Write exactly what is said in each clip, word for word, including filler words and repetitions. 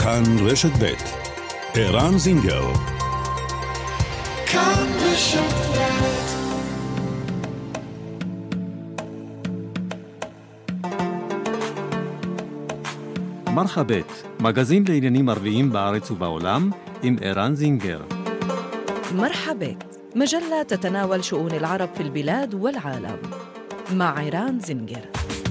כאן רשת ב' ערן זינגר. כאן רשת ב'. מרחבת, מגזין לעניינים ערביים בארץ ובעולם עם ערן זינגר. مرحبات، مجلة تتناول شؤون العرب في البلاد والعالم مع عران زنجر.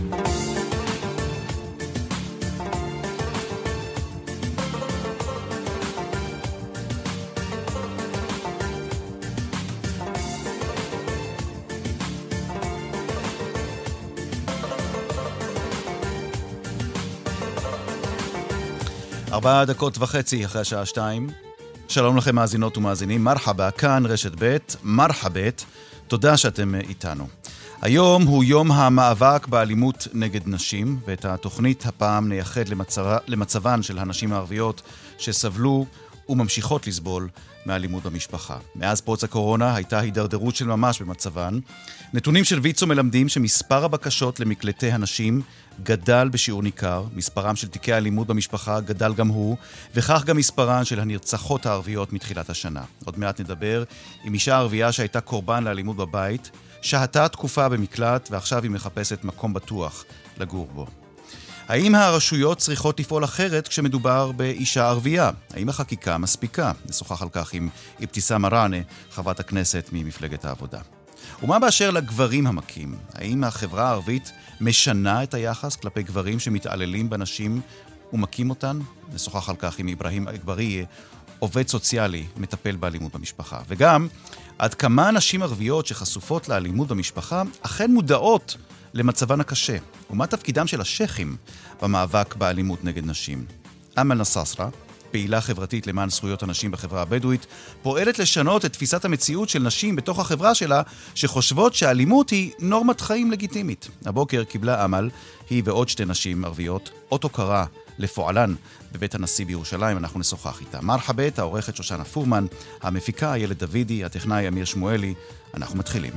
ארבעה דקות וחצי אחרי השעה שתיים. שלום לכם מאזינות ומאזינים, מרחבה, כאן רשת ב', מרחבת, תודה שאתם איתנו. היום הוא יום המאבק באלימות נגד נשים, ואת התוכנית הפעם נייחד למצרה, למצבן של הנשים הערביות שסבלו וממשיכות לסבול מאלימות במשפחה. מאז פרוץ הקורונה הייתה הידרדרות של ממש במצבן. נתונים של ויצו מלמדים שמספר הבקשות למקלטי הנשים גדל בשיעור ניכר, מספרם של תיקי האלימות במשפחה גדל גם הוא, וכך גם מספרן של הנרצחות הערביות מתחילת השנה. עוד מעט נדבר עם אישה ערבייה שהייתה קורבן לאלימות בבית, שהתה תקופה במקלט ועכשיו היא מחפשת מקום בטוח לגור בו. האם הרשויות צריכות לפעול אחרת כשמדובר באישה ערבייה? האם החקיקה מספיקה? נשוחח על כך עם אבתיסאם מראענה, חברת הכנסת ממפלגת העבודה. ומה באשר לגברים המכים? האם החברה הערבית משנה את היחס כלפי גברים שמתעללים בנשים ומכים אותן? נשוחח על כך עם איברהים אגבאריה, עובד סוציאלי, מטפל באלימות במשפחה. וגם, עד כמה נשים ערביות שחשופות לאלימות במשפחה אכן מודעות למצבן הקשה, ומה תפקידם של השייכים במאבק באלימות נגד נשים. אמל נססרה, פעילה חברתית למען זכויות הנשים בחברה הבדואית, פועלת לשנות את תפיסת המציאות של נשים בתוך החברה שלה, שחושבות שהאלימות היא נורמת חיים לגיטימית. הבוקר קיבלה אמל, היא ועוד שתי נשים ערביות, אות הוקרה לפועלן בבית הנשיא בירושלים. אנחנו נשוחח איתה. מרחבת, העורכת שושנה פורמן, המפיקה איילת דוידי, הטכנאי אמיר שמואלי. אנחנו מתחילים.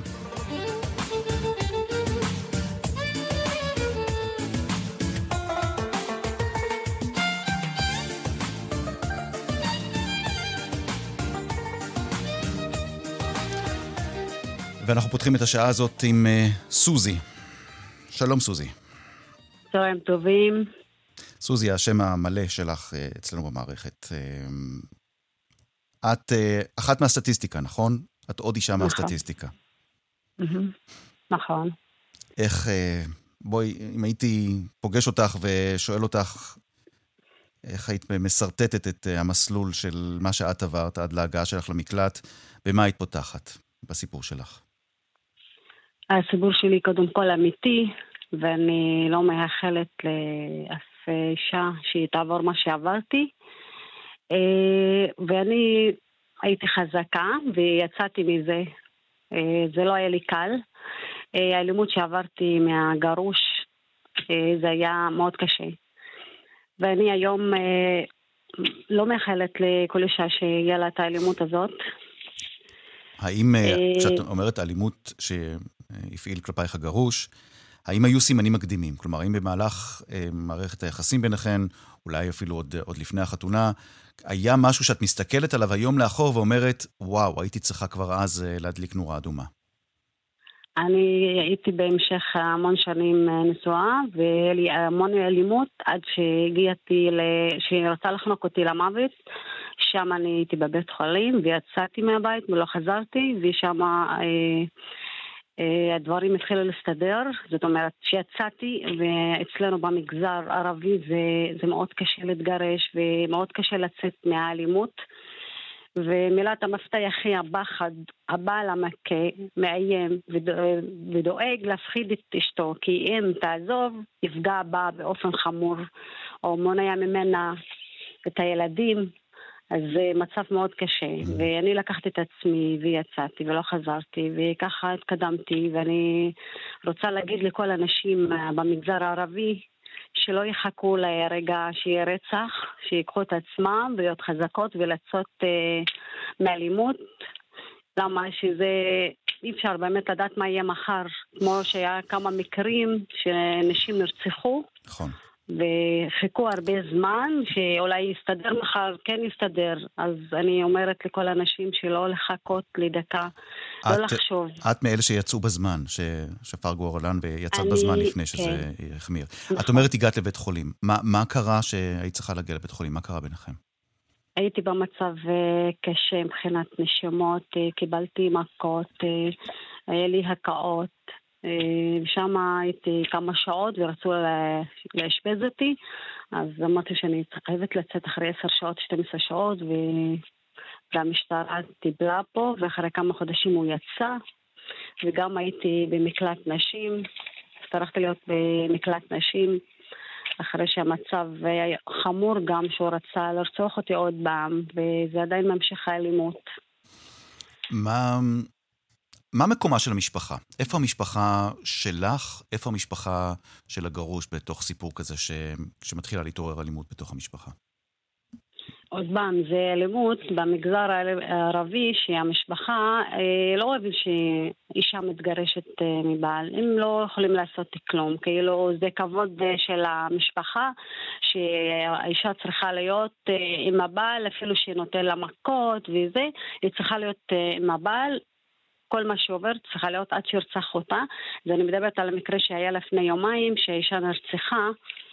ואנחנו פותחים את השעה הזאת עם uh, סוזי. שלום סוזי. צהריים טובים. סוזי, השם המלא שלך uh, אצלנו במערכת. Uh, את uh, אחת מהסטטיסטיקה, נכון? את עוד אישה נכון. מהסטטיסטיקה. נכון. איך, uh, בואי, אם הייתי פוגש אותך ושואל אותך, איך היית מסרטטת את uh, המסלול של מה שאת עברת עד להגעה שלך למקלט, במה היית פותחת בסיפור שלך? הסיפור שלי קודם כל אמיתי, ואני לא מאחלת לאף אישה שהיא תעבור מה שעברתי. ואני הייתי חזקה ויצאתי מזה. זה לא היה לי קל. האלימות שעברתי מהגרוש, זה היה מאוד קשה. ואני היום לא מאחלת לכל אישה שיהיה לה את האלימות הזאת. האם, כשאת אומרת אלימות שהפעיל כלפייך הגרוש, האם היו סימנים מקדימים? כלומר, האם במהלך מערכת היחסים ביניכן, אולי אפילו עוד, עוד לפני החתונה, היה משהו שאת מסתכלת עליו היום לאחור ואומרת, וואו, הייתי צריכה כבר אז להדליק נורה אדומה? אני הייתי בהמשך המון שנים נשואה, והיה לי המון אלימות עד שהגיעתי, שהיא רצה לחנוק אותי למוות. שם אני הייתי בבית חולים ויצאתי מהבית ולא חזרתי, ושם אה, אה, הדברים התחילו להסתדר. זאת אומרת שיצאתי, ואצלנו במגזר הערבי זה, זה מאוד קשה להתגרש ומאוד קשה לצאת מהאלימות. ומילת המפתח היא הפחד. הבעל המכה מאיים ודואג להפחיד את אשתו, כי אם תעזוב יפגע בה באופן חמור או מונע ממנה את הילדים. אז זה מצב מאוד קשה, ואני לקחתי את עצמי ויצאתי ולא חזרתי, וככה התקדמתי. ואני רוצה להגיד לכל אנשים במגזר הערבי שלא יחכו לרגע שיהיה רצח, שיקחו את עצמם להיות חזקות ולצאת אה, מאלימות. למה שזה אי אפשר באמת לדעת מה יהיה מחר, כמו שהיה כמה מקרים שנשים נרצחו. נכון. וחיכו הרבה זמן, שאולי יסתדר מחר, כן יסתדר. אז אני אומרת לכל האנשים שלא לחכות לדקה, לא לחשוב. את מאלה שיצאו בזמן, ששפר גורלן ויצאת אני- בזמן לפני שזה כן. יחמיר. נכון. את אומרת, הגעת לבית חולים. מה, מה קרה שהיית צריכה להגיע לבית חולים? מה קרה ביניכם? הייתי במצב אה, קשה מבחינת נשימות, אה, קיבלתי מכות, אה, היה לי הקאות, אה, שם הייתי כמה שעות ורצו לה- לאשפז אותי, אז אמרתי שאני חייבת לצאת אחרי עשר שעות, שתים עשרה שעות, ו- והמשטרה טיפלה פה, ואחרי כמה חודשים הוא יצא, וגם הייתי במקלט נשים, הצטרכתי להיות במקלט נשים, אחרי שהמצב היה חמור גם שהוא רצה לרצוח אותי עוד פעם, וזה עדיין ממשיך האלימות. מה, מה מקומה של המשפחה? איפה המשפחה שלך? איפה המשפחה של הגרוש בתוך סיפור כזה ש... שמתחילה להתעורר אלימות בתוך המשפחה? עוד פעם, זה אלימות במגזר הערבי, שהמשפחה אה, לא אוהבת שאישה מתגרשת אה, מבעל. הם לא יכולים לעשות כלום. כאילו זה כבוד אה, של המשפחה, שהאישה צריכה להיות אה, עם הבעל, אפילו שנותן לה מכות וזה, היא צריכה להיות אה, עם הבעל. כל מה שעובר צריכה להיות עד שירצח אותה. אז אני מדברת על המקרה שהיה לפני יומיים, שהאישה נרצחה,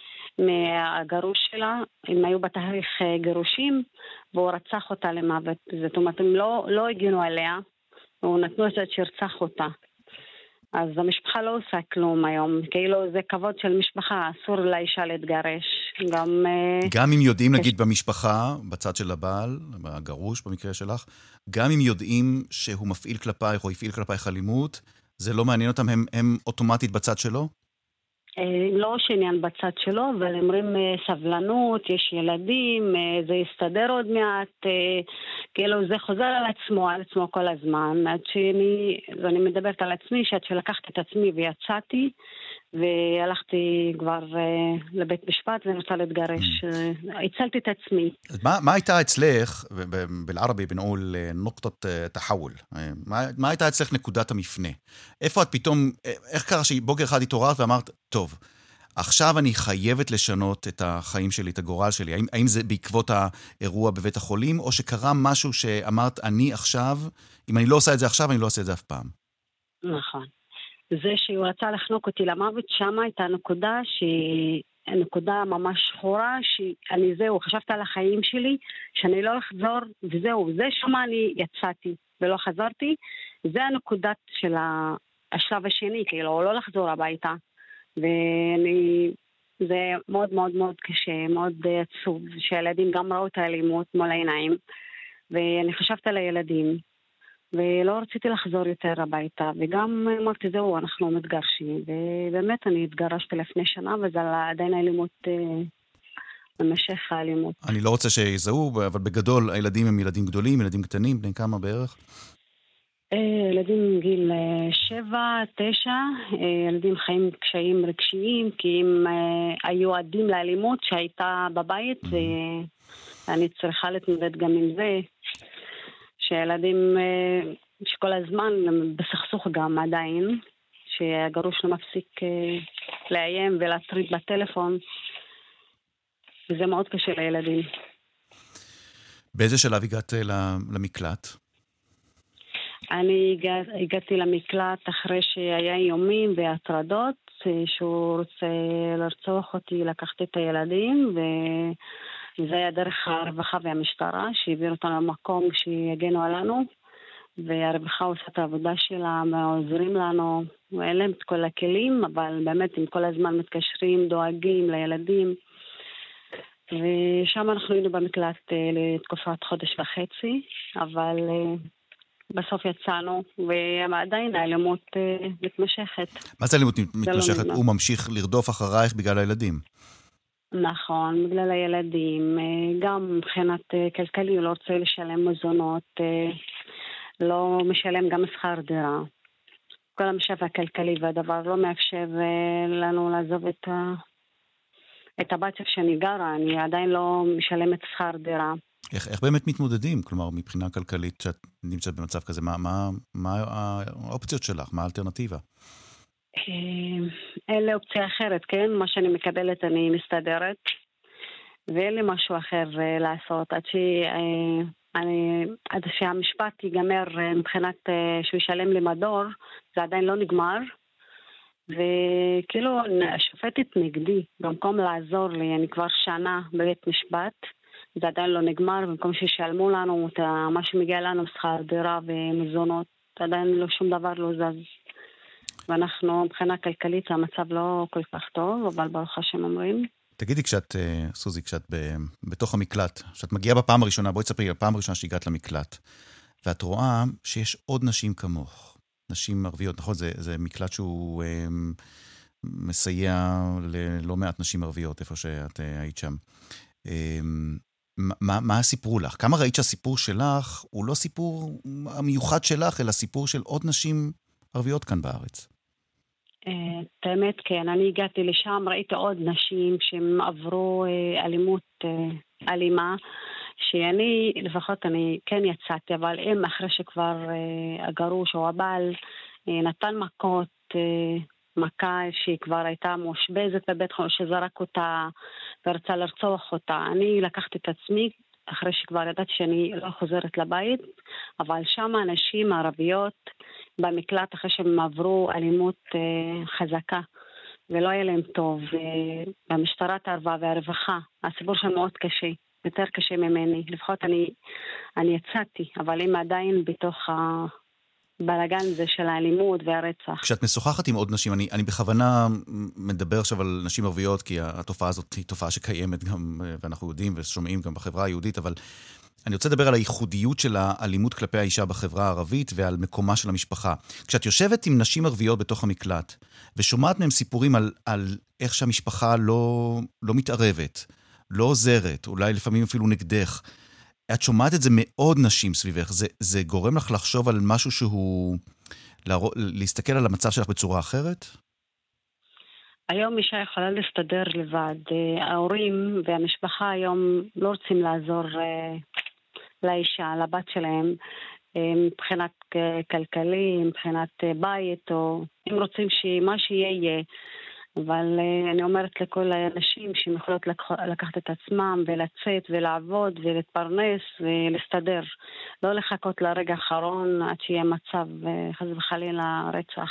מהגרוש שלה, הם היו בתהליך גירושים, והוא רצח אותה למוות. זאת אומרת, הם לא, לא הגינו עליה, והוא נתנו את זה שירצח אותה. אז המשפחה לא עושה כלום היום, כאילו זה כבוד של משפחה, אסור לאישה להתגרש. גם, גם אם יודעים, נגיד, במשפחה, בצד של הבעל, הגרוש במקרה שלך, גם אם יודעים שהוא מפעיל כלפייך או יפעיל כלפייך אלימות, זה לא מעניין אותם, הם, הם אוטומטית בצד שלו? לא שעניין בצד שלו, אבל אומרים סבלנות, יש ילדים, זה יסתדר עוד מעט, כאילו זה חוזר על עצמו, על עצמו כל הזמן, עד שאני, ואני מדברת על עצמי, שעד שלקחתי את עצמי ויצאתי, והלכתי כבר לבית משפט ואני רוצה להתגרש, הצלתי את עצמי. מה, מה הייתה אצלך, בערבי בנقول נקודת תחול, מה, מה הייתה אצלך נקודת המפנה? איפה את פתאום, איך קרה שבוקר אחד התעוררת ואמרת, טוב, עכשיו אני חייבת לשנות את החיים שלי, את הגורל שלי, האם, האם זה בעקבות האירוע בבית החולים, או שקרה משהו שאמרת, אני עכשיו, אם אני לא עושה את זה עכשיו, אני לא אעשה את זה אף פעם? נכון. זה שהוא רצה לחנוק אותי למוות, שם הייתה נקודה שהיא נקודה ממש שחורה, שאני זהו, חשבתי על החיים שלי, שאני לא אחזור, וזהו, זה שם אני יצאתי ולא חזרתי, זה הנקודת של השלב השני, כאילו, לא לחזור הביתה, ואני, זה מאוד מאוד מאוד קשה, מאוד עצוב, שהילדים גם ראו את האלימות מול העיניים, ואני חשבתי על הילדים, ולא רציתי לחזור יותר הביתה, וגם אמרתי, זהו, אנחנו מתגרשים, ובאמת אני התגרשתי לפני שנה, וזה עדיין האלימות, המשך האלימות. אני לא רוצה שיזהו, אבל בגדול, הילדים הם ילדים גדולים, ילדים קטנים, בני כמה בערך? ילדים גיל שבע, תשע, ילדים חיים קשיים רגשיים, כי הם היו עדים לאלימות שהייתה בבית, ואני צריכה להתמודד גם עם זה. שילדים שכל הזמן בסכסוך גם עדיין, שהגרוש לא מפסיק לאיים ולהטריד בטלפון, וזה מאוד קשה לילדים. באיזה שלב הגעת למקלט? אני הגעתי למקלט אחרי שהיה איומים והטרדות, שהוא רוצה לרצוח אותי, לקחתי את הילדים, ו... זה היה דרך הרווחה והמשטרה, שהעביר אותנו למקום שיגנו עלינו, והרווחה עושה את העבודה שלה, עוזרים לנו, ואין להם את כל הכלים, אבל באמת הם כל הזמן מתקשרים, דואגים לילדים, ושם אנחנו היינו במקלט לתקופת חודש וחצי, אבל בסוף יצאנו, ועדיין האלימות מתמשכת. מה זה אלימות מתמשכת? הוא ממשיך לרדוף אחרייך בגלל הילדים? נכון, בגלל הילדים, גם מבחינת כלכלי, הוא לא רוצה לשלם מזונות, לא משלם גם שכר דירה. כל המשאב הכלכלי והדבר לא מאפשר לנו לעזוב את, ה... את הבת שאני גרה, אני עדיין לא משלמת שכר דירה. איך, איך באמת מתמודדים? כלומר, מבחינה כלכלית שאת נמצאת במצב כזה, מה, מה, מה האופציות שלך? מה האלטרנטיבה? אין לי אופציה אחרת, כן? מה שאני מקבלת אני מסתדרת, ואין לי משהו אחר לעשות, עד ש... אני, עד שהמשפט ייגמר מבחינת שהוא ישלם לי מדור, זה עדיין לא נגמר, וכאילו השופטת נגדי, במקום לעזור לי, אני כבר שנה בבית משפט, זה עדיין לא נגמר, במקום שישלמו לנו את מה שמגיע לנו, שכר דירה ומזונות, עדיין לא שום דבר לא זז. ואנחנו מבחינה כלכלית המצב לא כל כך טוב, אבל ברוך השם אומרים. תגידי, כשאת, סוזי, כשאת בתוך המקלט, כשאת מגיעה בפעם הראשונה, בואי תספרי, בפעם הראשונה שהגעת למקלט, ואת רואה שיש עוד נשים כמוך, נשים ערביות, נכון? זה, זה מקלט שהוא אה, מסייע ללא מעט נשים ערביות, איפה שאת אה, היית שם. אה, מה, מה הסיפור לך? כמה ראית שהסיפור שלך הוא לא סיפור המיוחד שלך, אלא סיפור של עוד נשים ערביות כאן בארץ? את האמת, כן. אני הגעתי לשם, ראיתי עוד נשים שהם עברו אלימות אלימה, שאני, לפחות אני כן יצאתי, אבל אם אחרי שכבר הגרוש או הבעל נתן מכות, מכה שהיא כבר הייתה מושבזת בבית חולים, שזרק אותה ורצה לרצוח אותה, אני לקחתי את עצמי, אחרי שכבר ידעתי שאני לא חוזרת לבית, אבל שם אנשים ערביות במקלט אחרי שהם עברו אלימות אה, חזקה, ולא היה להם טוב, והמשטרה תערבה והרווחה, הסיפור שם מאוד קשה, יותר קשה ממני, לפחות אני, אני יצאתי, אבל הם עדיין בתוך הבלגן הזה של האלימות והרצח. כשאת משוחחת עם עוד נשים, אני, אני בכוונה מדבר עכשיו על נשים ערביות, כי התופעה הזאת היא תופעה שקיימת גם, ואנחנו יודעים ושומעים גם בחברה היהודית, אבל אני רוצה לדבר על הייחודיות של האלימות כלפי האישה בחברה הערבית ועל מקומה של המשפחה. כשאת יושבת עם נשים ערביות בתוך המקלט, ושומעת מהם סיפורים על, על איך שהמשפחה לא, לא מתערבת, לא עוזרת, אולי לפעמים אפילו נגדך, את שומעת את זה מאוד נשים סביבך, זה, זה גורם לך לחשוב על משהו שהוא, להרוא, להסתכל על המצב שלך בצורה אחרת? היום אישה יכולה להסתדר לבד. ההורים והמשפחה היום לא רוצים לעזור לאישה, לבת שלהם, מבחינת כלכלי, מבחינת בית, או הם רוצים שמה שיהיה, אבל אני אומרת לכל האנשים שהם יכולות לקחת את עצמם ולצאת ולעבוד ולהתפרנס ולהסתדר, לא לחכות לרגע האחרון עד שיהיה מצב חס וחלילה רצח.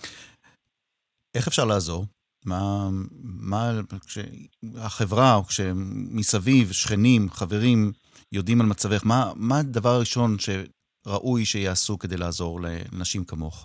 איך אפשר לעזור? מה, מה, כשהחברה או כשמסביב, שכנים, חברים יודעים על מצבך, מה, מה הדבר הראשון שראוי שיעשו כדי לעזור לנשים כמוך?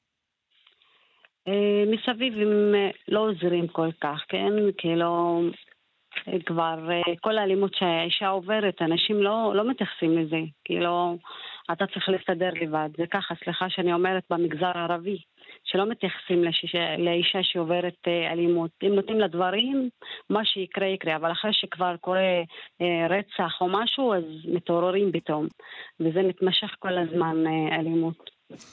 מסביב הם לא עוזרים כל כך, כן? כאילו כבר כל האלימות שהאישה עוברת, אנשים לא, לא מתייחסים לזה, כאילו אתה צריך להסתדר לבד, זה ככה, סליחה שאני אומרת במגזר הערבי, שלא מתייחסים לאישה, לאישה שעוברת אלימות. אם נותנים לדברים, מה שיקרה יקרה, אבל אחרי שכבר קורה רצח או משהו, אז מתעוררים פתאום, וזה מתמשך כל הזמן אלימות.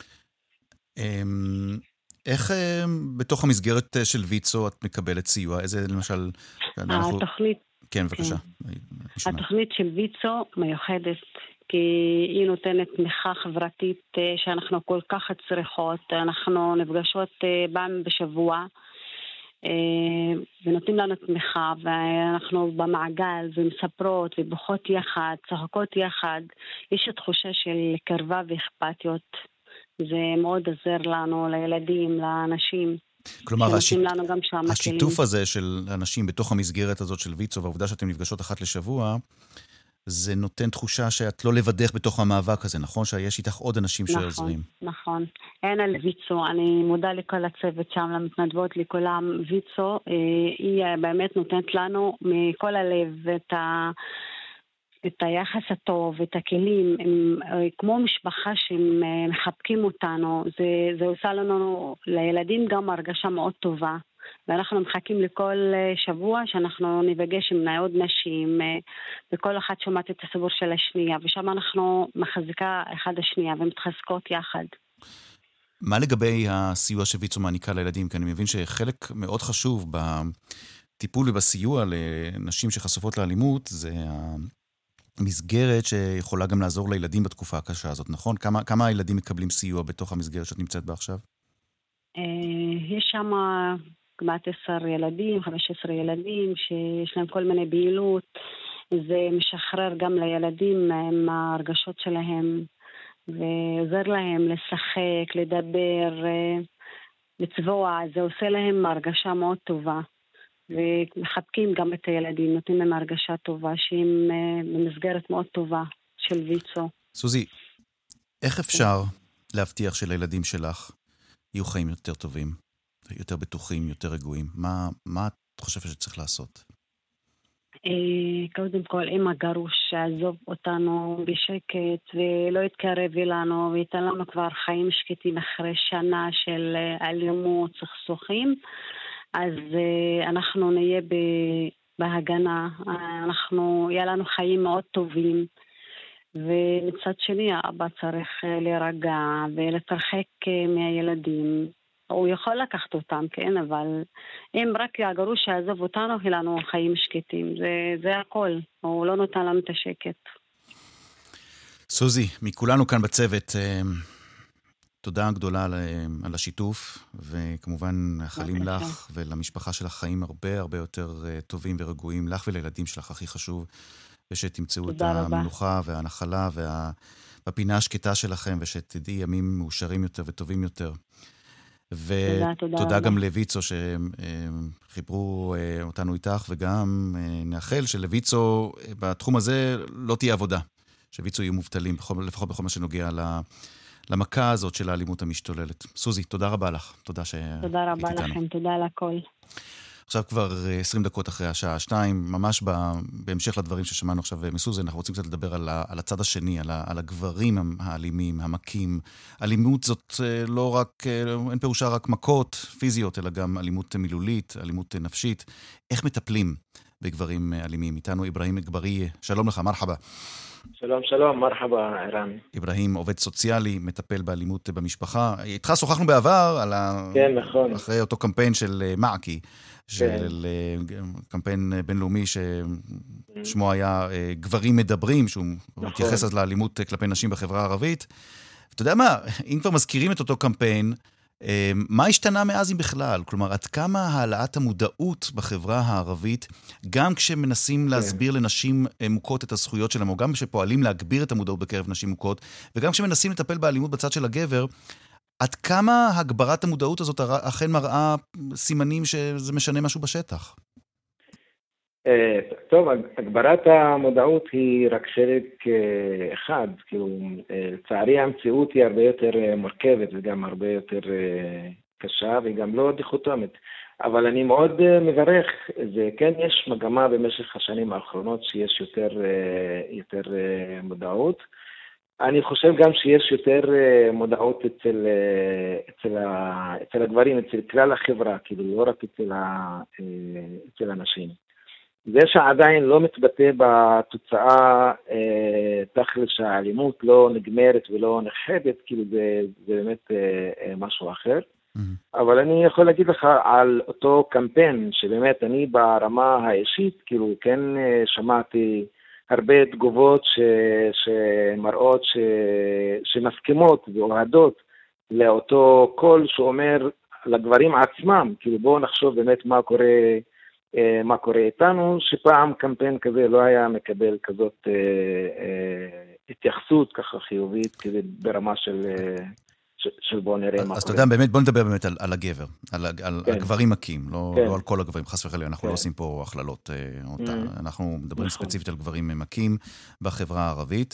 איך בתוך המסגרת של ויצו את מקבלת סיוע? איזה למשל... התוכנית... כן, בבקשה. התוכנית של ויצו מיוחדת, כי היא נותנת תמיכה חברתית שאנחנו כל כך צריכות. אנחנו נפגשות פעם בשבוע, ונותנים לנו תמיכה, ואנחנו במעגל ומספרות ובוכות יחד, צחקות יחד. יש תחושה של קרבה ואכפתיות. זה מאוד עזר לנו, לילדים, לאנשים. כלומר, השיט... השיתוף הזה של אנשים בתוך המסגרת הזאת של ויצו, והעובדה שאתם נפגשות אחת לשבוע, זה נותן תחושה שאת לא לבדך בתוך המאבק הזה, נכון? שיש איתך עוד אנשים נכון, שעוזרים. נכון, נכון. אין על ויצו, אני מודה לכל הצוות שם, למתנדבות, לכולם. ויצו, היא באמת נותנת לנו מכל הלב את ה... את היחס הטוב, את הכלים, הם, כמו משפחה שהם מחבקים אותנו, זה, זה עושה לנו, לילדים גם הרגשה מאוד טובה, ואנחנו מחכים לכל שבוע שאנחנו נפגש עם עוד נשים, וכל אחת שומעת את הסיפור של השנייה, ושם אנחנו מחזיקה אחד השנייה ומתחזקות יחד. מה לגבי הסיוע שוויצו מעניקה לילדים? כי אני מבין שחלק מאוד חשוב בטיפול ובסיוע לנשים שחשופות לאלימות, זה מסגרת שיכולה גם לעזור לילדים בתקופה הקשה הזאת, נכון? כמה, כמה הילדים מקבלים סיוע בתוך המסגרת שאת נמצאת בה עכשיו? יש שם כמעט עשר ילדים, חמש עשרה ילדים, שיש להם כל מיני פעילות. זה משחרר גם לילדים עם ההרגשות שלהם, ועוזר להם לשחק, לדבר, לצבוע. זה עושה להם הרגשה מאוד טובה. ומחבקים גם את הילדים, נותנים להם הרגשה טובה, שהם במסגרת מאוד טובה של ויצו. סוזי, איך אפשר להבטיח שלילדים שלך יהיו חיים יותר טובים, יותר בטוחים, יותר רגועים? מה, מה את חושבת שצריך לעשות? קודם כל, אם הגרוש שעזוב אותנו בשקט ולא יתקרב אלינו וייתן לנו כבר חיים שקטים אחרי שנה של אלימות, סכסוכים, אז אנחנו נהיה בהגנה, אנחנו, יהיה לנו חיים מאוד טובים. ומצד שני, האבא צריך להירגע ולהתרחק מהילדים. הוא יכול לקחת אותם, כן, אבל אם רק הגרוש יעזוב אותנו, יהיה לנו חיים שקטים. זה, זה הכל. הוא לא נותן לנו את השקט. סוזי, מכולנו כאן בצוות, תודה גדולה על השיתוף, וכמובן מאחלים לך ולמשפחה שלך חיים הרבה הרבה יותר טובים ורגועים, לך ולילדים שלך הכי חשוב, ושתמצאו את המנוחה והנחלה והפינה השקטה שלכם, ושתדעי ימים מאושרים יותר וטובים יותר. ותודה גם לויצו שחיברו אותנו איתך, וגם נאחל שלויצו בתחום הזה לא תהיה עבודה, שוויצו יהיו מובטלים, לפחות בכל מה שנוגע למכה הזאת של האלימות המשתוללת. סוזי, תודה רבה לך. תודה שהיית איתנו. תודה רבה לכם, תודה על הכל. עכשיו כבר עשרים דקות אחרי השעה שתיים, ממש בהמשך לדברים ששמענו עכשיו מסוזי, אנחנו רוצים קצת לדבר על, על הצד השני, על, על הגברים האלימים, המכים. אלימות זאת לא רק, אין פירושה רק מכות פיזיות, אלא גם אלימות מילולית, אלימות נפשית. איך מטפלים בגברים אלימים? איתנו איברהים אגבאריה, שלום לך, מרחבה. שלום, שלום, מרחבה, ערן. איברהים, עובד סוציאלי, מטפל באלימות במשפחה. איתך שוחחנו בעבר על ה... כן, נכון. אחרי אותו קמפיין של מעקי, של קמפיין בינלאומי ששמו היה גברים מדברים, שהוא מתייחס אז לאלימות כלפי נשים בחברה הערבית. אתה יודע מה, אם כבר מזכירים את אותו קמפיין, מה השתנה מאז אם בכלל? כלומר, עד כמה העלאת המודעות בחברה הערבית, גם כשמנסים להסביר לנשים מוכות את הזכויות שלהם, או גם כשפועלים להגביר את המודעות בקרב נשים מוכות, וגם כשמנסים לטפל באלימות בצד של הגבר, עד כמה הגברת המודעות הזאת אכן מראה סימנים שזה משנה משהו בשטח? טוב, הגברת המודעות היא רק חלק אחד, כאילו, לצערי המציאות היא הרבה יותר מורכבת וגם הרבה יותר קשה וגם לא דיכוטומית, אבל אני מאוד מברך, זה כן יש מגמה במשך השנים האחרונות שיש יותר, יותר מודעות. אני חושב גם שיש יותר מודעות אצל, אצל, אצל הגברים, אצל כלל החברה, כאילו לא רק אצל, אצל הנשים. זה שעדיין לא מתבטא בתוצאה אה, תכל'ס שהאלימות לא נגמרת ולא נחדת, כאילו זה, זה באמת אה, משהו אחר. Mm-hmm. אבל אני יכול להגיד לך על אותו קמפיין, שבאמת אני ברמה האישית, כאילו כן אה, שמעתי הרבה תגובות ש, שמראות ש, שמסכימות ואוהדות לאותו קול שאומר לגברים עצמם, כאילו בואו נחשוב באמת מה קורה, מה קורה איתנו, שפעם קמפיין כזה לא היה מקבל כזאת אה, אה, התייחסות ככה חיובית, כזה ברמה של, של, של בוא נראה מה קורה. אז אתה יודע, באמת, בוא נדבר באמת על, על הגבר, על, על כן. הגברים מכים, לא, כן. לא על כל הגברים, חס וחלילה, אנחנו כן. לא עושים פה הכללות, אותה. Mm. אנחנו מדברים נכון. ספציפית על גברים מכים בחברה הערבית,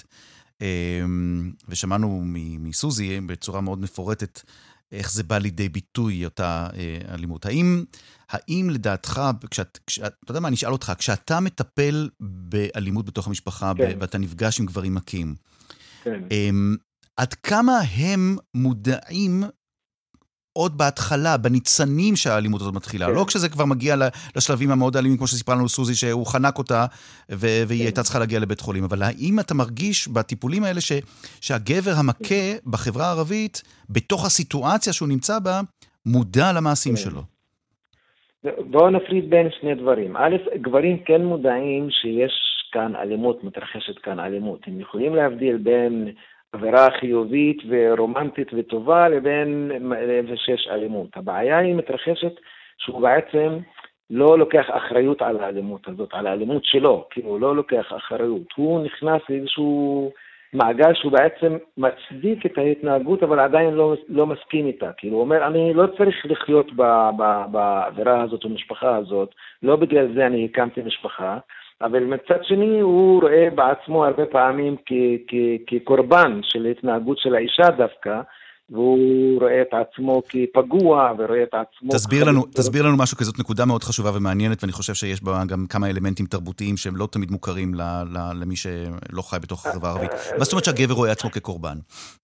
ושמענו מסוזי בצורה מאוד מפורטת, איך זה בא לידי ביטוי אותה אה, אלימות. האם, האם לדעתך, כשאת, כשאת, אתה יודע מה, אני אשאל אותך, כשאתה מטפל באלימות בתוך המשפחה, כן. ב, ואתה נפגש עם גברים מכים, כן. אה, עד כמה הם מודעים עוד בהתחלה, בניצנים שהאלימות הזאת מתחילה, כן. לא כשזה כבר מגיע לשלבים המאוד אלימים, כמו שסיפרה לנו סוזי, שהוא חנק אותה, ו- והיא כן. הייתה צריכה להגיע לבית חולים, אבל האם אתה מרגיש בטיפולים האלה, ש- שהגבר המכה בחברה הערבית, בתוך הסיטואציה שהוא נמצא בה, מודע למעשים כן. שלו? בואו נפריד בין שני דברים. א', גברים כן מודעים שיש כאן אלימות, מתרחשת כאן אלימות. הם יכולים להבדיל בין אווירה חיובית ורומנטית וטובה לבין שיש אלימות. הבעיה היא מתרחשת שהוא בעצם לא לוקח אחריות על האלימות הזאת, על האלימות שלו, כאילו הוא לא לוקח אחריות. הוא נכנס לאיזשהו מעגל שהוא בעצם מצדיק את ההתנהגות, אבל עדיין לא, לא מסכים איתה. כאילו הוא אומר, אני לא צריך לחיות באווירה הזאת ובמשפחה הזאת, לא בגלל זה אני הקמתי משפחה, אבל מצד שני הוא רואה בעצמו הרבה פעמים כ- כ- כקורבן של התנהגות של האישה דווקא, והוא רואה את עצמו כפגוע, ורואה את עצמו... תסביר לנו, תסביר לנו משהו, כי זאת נקודה מאוד חשובה ומעניינת, ואני חושב שיש בה גם כמה אלמנטים תרבותיים שהם לא תמיד מוכרים ל- ל- למי שלא חי בתוך החברה הערבית. מה זאת אומרת שהגבר רואה עצמו כקורבן?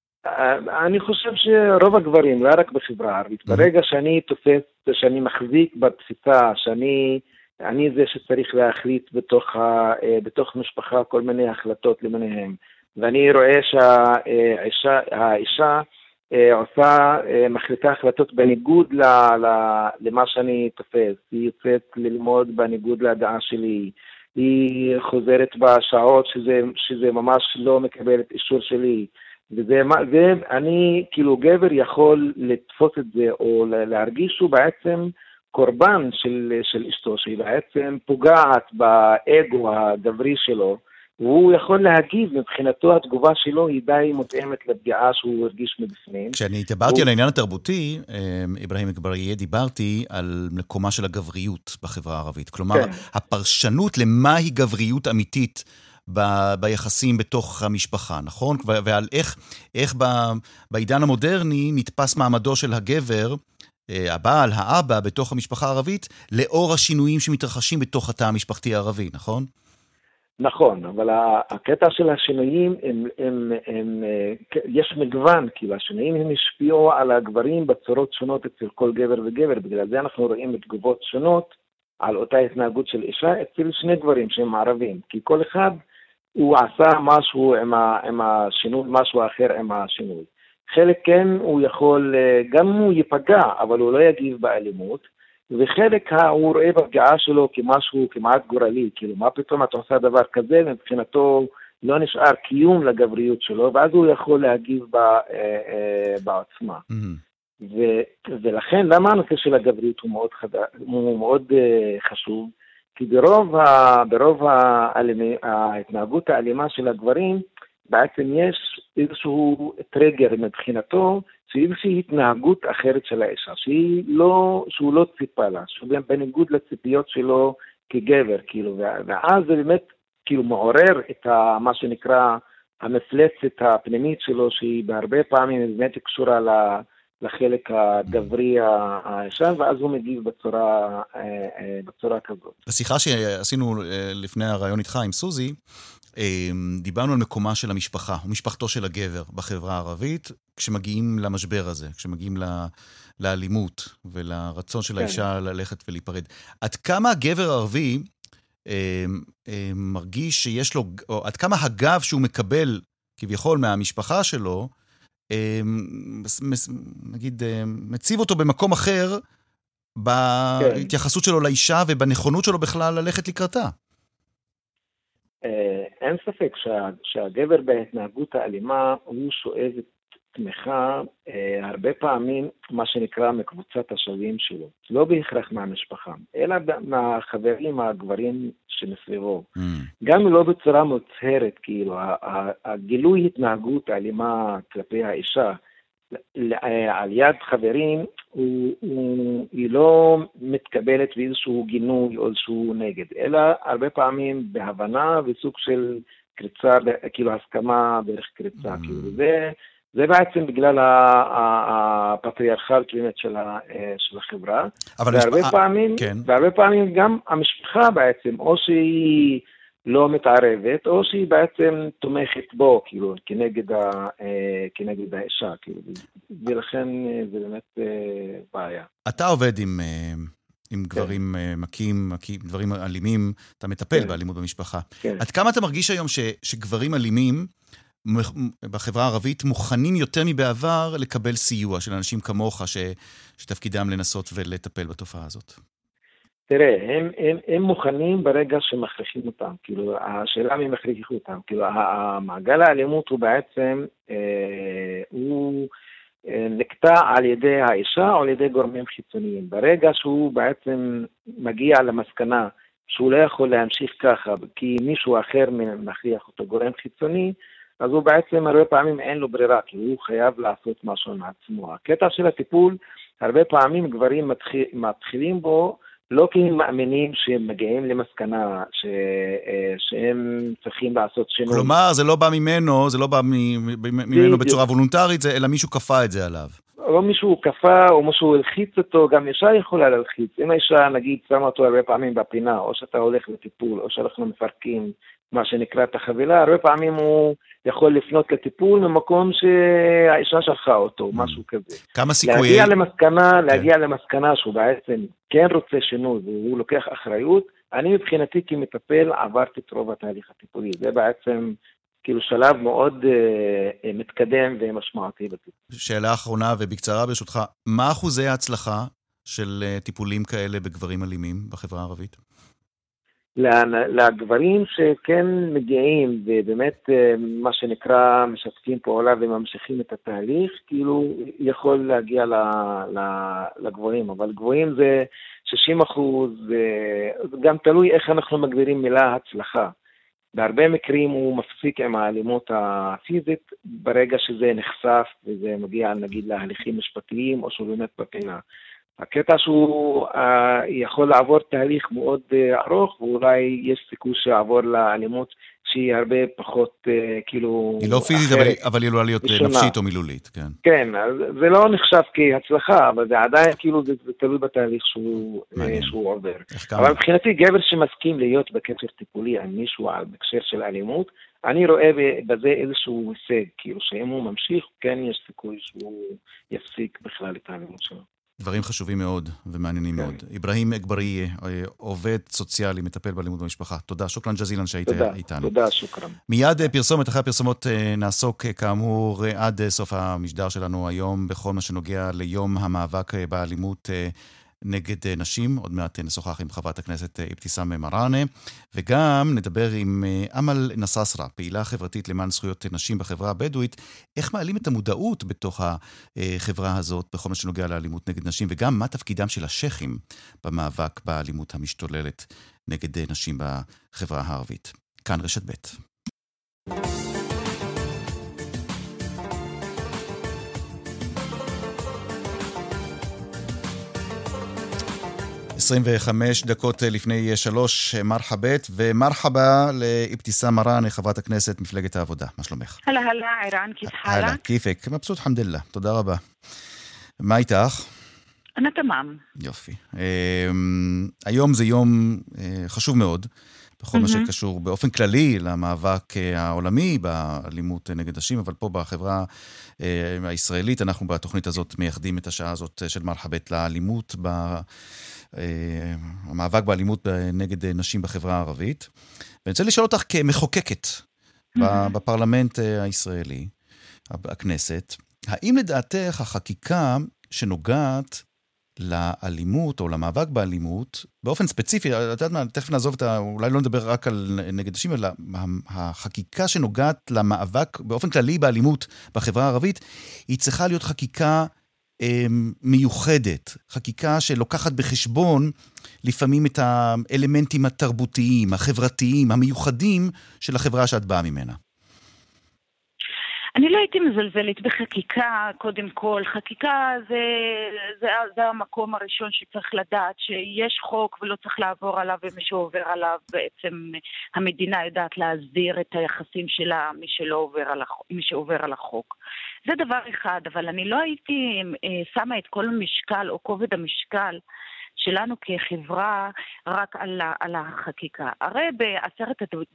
אני חושב שרוב הגברים, לא רק בחברה הערבית, ברגע שאני תופס, שאני מחזיק בתפיסה, שאני אני זה שצריך להחליט בתוך, ה, בתוך משפחה כל מיני החלטות למיניהם, ואני רואה שהאישה, האישה עושה, מחליטה החלטות בניגוד ל, ל, למה שאני תופס, היא יוצאת ללמוד בניגוד לדעה שלי, היא חוזרת בשעות שזה, שזה ממש לא מקבל את אישור שלי, וזה, זה, אני כאילו גבר יכול לתפוס את זה, או להרגיש שהוא בעצם קורבן של, של אשתו, שהיא בעצם פוגעת באגו הגברי שלו, והוא יכול להגיב, מבחינתו התגובה שלו היא די מותאמת לפגיעה שהוא הרגיש מבפנים. כשאני דיברתי הוא... על העניין התרבותי, אברהים אגבאריה, דיברתי על מקומה של הגבריות בחברה הערבית. כלומר, כן. הפרשנות למהי גבריות אמיתית ב- ביחסים בתוך המשפחה, נכון? ועל איך, איך ב- בעידן המודרני נתפס מעמדו של הגבר, הבעל, האבא, בתוך המשפחה הערבית, לאור השינויים שמתרחשים בתוך התא המשפחתי הערבי, נכון? נכון, אבל הקטע של השינויים, הם, הם, הם, יש מגוון, כאילו השינויים הם השפיעו על הגברים בצורות שונות אצל כל גבר וגבר, בגלל זה אנחנו רואים תגובות שונות על אותה התנהגות של אישה אצל שני גברים שהם ערבים, כי כל אחד הוא עשה משהו עם, ה, עם השינוי, משהו אחר עם השינוי. חלק כן הוא יכול, גם הוא ייפגע, אבל הוא לא יגיב באלימות, וחלק הוא רואה בפגיעה שלו כמשהו כמעט גורלי, כאילו מה פתאום אתה עושה דבר כזה, מבחינתו לא נשאר קיום לגבריות שלו, ואז הוא יכול להגיב בעצמה. Mm-hmm. ו- ולכן למה הנושא של הגבריות הוא מאוד, חד... הוא מאוד חשוב? כי ברוב, ה... ברוב האלימ... ההתנהגות האלימה של הגברים, בעצם יש איזשהו טרגר מבחינתו, שהיא איזושהי התנהגות אחרת של האישה, שהיא לא, שהוא לא ציפה לה, שהוא בניגוד לציפיות שלו כגבר, כאילו, ואז זה באמת כאילו מעורר את ה, מה שנקרא המפלצת הפנימית שלו, שהיא בהרבה פעמים באמת קשורה לחלק הגברי האישה, ואז הוא מגיב בצורה, בצורה כזאת. בשיחה שעשינו לפני הרעיון איתך עם סוזי, דיברנו על מקומה של המשפחה, ומשפחתו של הגבר בחברה הערבית, כשמגיעים למשבר הזה, כשמגיעים לאלימות ולרצון של האישה ללכת ולהיפרד. עד כמה הגבר הערבי מרגיש שיש לו, או עד כמה הגב שהוא מקבל כביכול מהמשפחה שלו, נגיד, מציב אותו במקום אחר בהתייחסות שלו לאישה ובנכונות שלו בכלל ללכת לקראתה. אין ספק שה, שהגבר בהתנהגות האלימה הוא שואב תמיכה הרבה פעמים מה שנקרא מקבוצת השווים שלו, לא בהכרח מהמשפחה, אלא מהחברים הגברים שמסביבו. Mm. גם לא בצורה מוצהרת, כאילו, הגילוי התנהגות האלימה כלפי האישה על יד חברים, הוא, הוא, היא לא מתקבלת באיזשהו גינוי או איזשהו נגד, אלא הרבה פעמים בהבנה וסוג של קריצה, כאילו הסכמה דרך קריצה, mm. כאילו, זה, זה בעצם בגלל הפטריארכל באמת של, של החברה, והרבה משפ... פעמים, כן. והרבה פעמים גם המשפחה בעצם, או שהיא לא מתערבת, או שהיא בעצם תומכת בו, כאילו, כנגד, ה, כנגד האישה, כאילו, ולכן זה באמת בעיה. אתה עובד עם, עם גברים כן. מכים, מכים, דברים אלימים, אתה מטפל כן. באלימות במשפחה. כן. עד כמה אתה מרגיש היום ש, שגברים אלימים, בחברה הערבית מוכנים יותר מבעבר לקבל סיוע של אנשים כמוך ש, שתפקידם לנסות ולטפל בתופעה הזאת? תראה, הם, הם, הם מוכנים ברגע שמכריחים אותם, כאילו, השאלה מי מכריחים אותם, כאילו, המעגל האלימות הוא בעצם, אה, הוא אה, נקטע על ידי האישה או על ידי גורמים חיצוניים. ברגע שהוא בעצם מגיע למסקנה שהוא לא יכול להמשיך ככה, כי מישהו אחר מכריח אותו, גורם חיצוני, אז הוא בעצם הרבה פעמים אין לו ברירה, כי הוא חייב לעשות משהו מעצמו. הקטע של הטיפול, הרבה פעמים גברים מתחיל, מתחילים בו, לא כי הם מאמינים שהם מגיעים למסקנה ש... שהם צריכים לעשות שינוי. כלומר, זה לא בא ממנו, זה לא בא ממנו בצורה וולונטרית, אלא מישהו כפה את זה עליו. או מישהו כפה, או מישהו הלחיץ אותו, גם אישה יכולה להלחיץ. אם האישה, נגיד, שמה אותו הרבה פעמים בפינה, או שאתה הולך לטיפול, או שאנחנו מפרקים מה שנקרא את החבילה, הרבה פעמים הוא יכול לפנות לטיפול ממקום שהאישה שלחה אותו, משהו כזה. כמה סיכויי... להגיע למסקנה, להגיע למסקנה שהוא בעצם כן רוצה שינוי, והוא לוקח אחריות, אני מבחינתי כמטפל עברתי את רוב התהליך הטיפולי. זה בעצם כאילו שלב מאוד אה, מתקדם ומשמעותי בטיפול. שאלה אחרונה ובקצרה ברשותך, מה אחוזי ההצלחה של טיפולים כאלה בגברים אלימים בחברה הערבית? לגברים שכן מגיעים ובאמת מה שנקרא משתפים פעולה וממשיכים את התהליך, כאילו יכול להגיע לגבוהים, אבל גבוהים זה שישים אחוז, גם תלוי איך אנחנו מגדירים מילה הצלחה. בהרבה מקרים הוא מפסיק עם האלימות הפיזית ברגע שזה נחשף וזה מגיע נגיד להליכים משפטיים או שהוא באמת בפינה. הקטע שהוא uh, יכול לעבור תהליך מאוד uh, ארוך, ואולי יש סיכוי שיעבור לאלימות שהיא הרבה פחות uh, כאילו... היא לא פיזית, אבל, אבל היא יכולה להיות ראשונה. נפשית או מילולית, כן. כן, אז זה לא נחשב כהצלחה, אבל זה עדיין כאילו זה, זה תלוי בתהליך שהוא, uh, שהוא עובר. אבל מבחינתי גבר שמסכים להיות בקשר טיפולי עם מישהו על בקשר של אלימות, אני רואה בזה איזשהו הישג, כאילו שאם הוא ממשיך, כן יש סיכוי שהוא יפסיק בכלל את האלימות שלו. דברים חשובים מאוד ומעניינים מאוד. אברהים אגבאריה, עובד סוציאלי, מטפל באלימות במשפחה. תודה, שוקרן ג'זילן שהיית איתנו. תודה, שוקרן. מיד פרסומת, אחרי הפרסומות נעסוק כאמור עד סוף המשדר שלנו היום, בכל מה שנוגע ליום המאבק באלימות נגד נשים. עוד מעט נשוחח עם חברת הכנסת אבתיסאם מראענה, וגם נדבר עם אמל נססרה, פעילה חברתית למען זכויות נשים בחברה הבדואית, איך מעלים את המודעות בתוך החברה הזאת בכל מה שנוגע לאלימות נגד נשים, וגם מה תפקידם של השייכים במאבק באלימות המשתוללת נגד נשים בחברה הערבית. כאן רשת ב'. עשרים וחמש דקות לפני שלוש, מרחבת, ומרחבה לאבתיסאם מראענה, חברת הכנסת מפלגת העבודה. מה שלומך? הלאה, הלאה, עירן, כיף חלק? הלאה, כיפק, מבסוט, חמדללה, תודה רבה. מה איתך? אני תמם. יופי. היום זה יום חשוב מאוד, בכל מה שקשור באופן כללי למאבק העולמי באלימות נגד נשים, אבל פה בחברה הישראלית אנחנו בתוכנית הזאת מייחדים את השעה הזאת של מרחבת לאלימות ב... המאבק באלימות נגד נשים בחברה הערבית. ואני רוצה לשאול אותך כמחוקקת בפרלמנט הישראלי, הכנסת, האם לדעתך החקיקה שנוגעת לאלימות או למאבק באלימות, באופן ספציפי, את יודעת מה, תכף נעזוב את ה... אולי לא נדבר רק על נגד נשים, אלא החקיקה שנוגעת למאבק באופן כללי באלימות בחברה הערבית, היא צריכה להיות חקיקה מיוחדת, חקיקה שלוקחת בחשבון לפעמים את האלמנטים התרבותיים, החברתיים, המיוחדים של החברה שאת באה ממנה. אני לא הייתי מזלזלת בחקיקה, קודם כל. חקיקה זה, זה, זה המקום הראשון שצריך לדעת שיש חוק ולא צריך לעבור עליו, ומי שעובר עליו בעצם המדינה יודעת להסדיר את היחסים שלה מי שלא עובר על החוק, מי שעובר על החוק. זה דבר אחד, אבל אני לא הייתי שמה את כל המשקל או כובד המשקל שלנו כחברה רק על, על החקיקה. הרי בעשרת הד...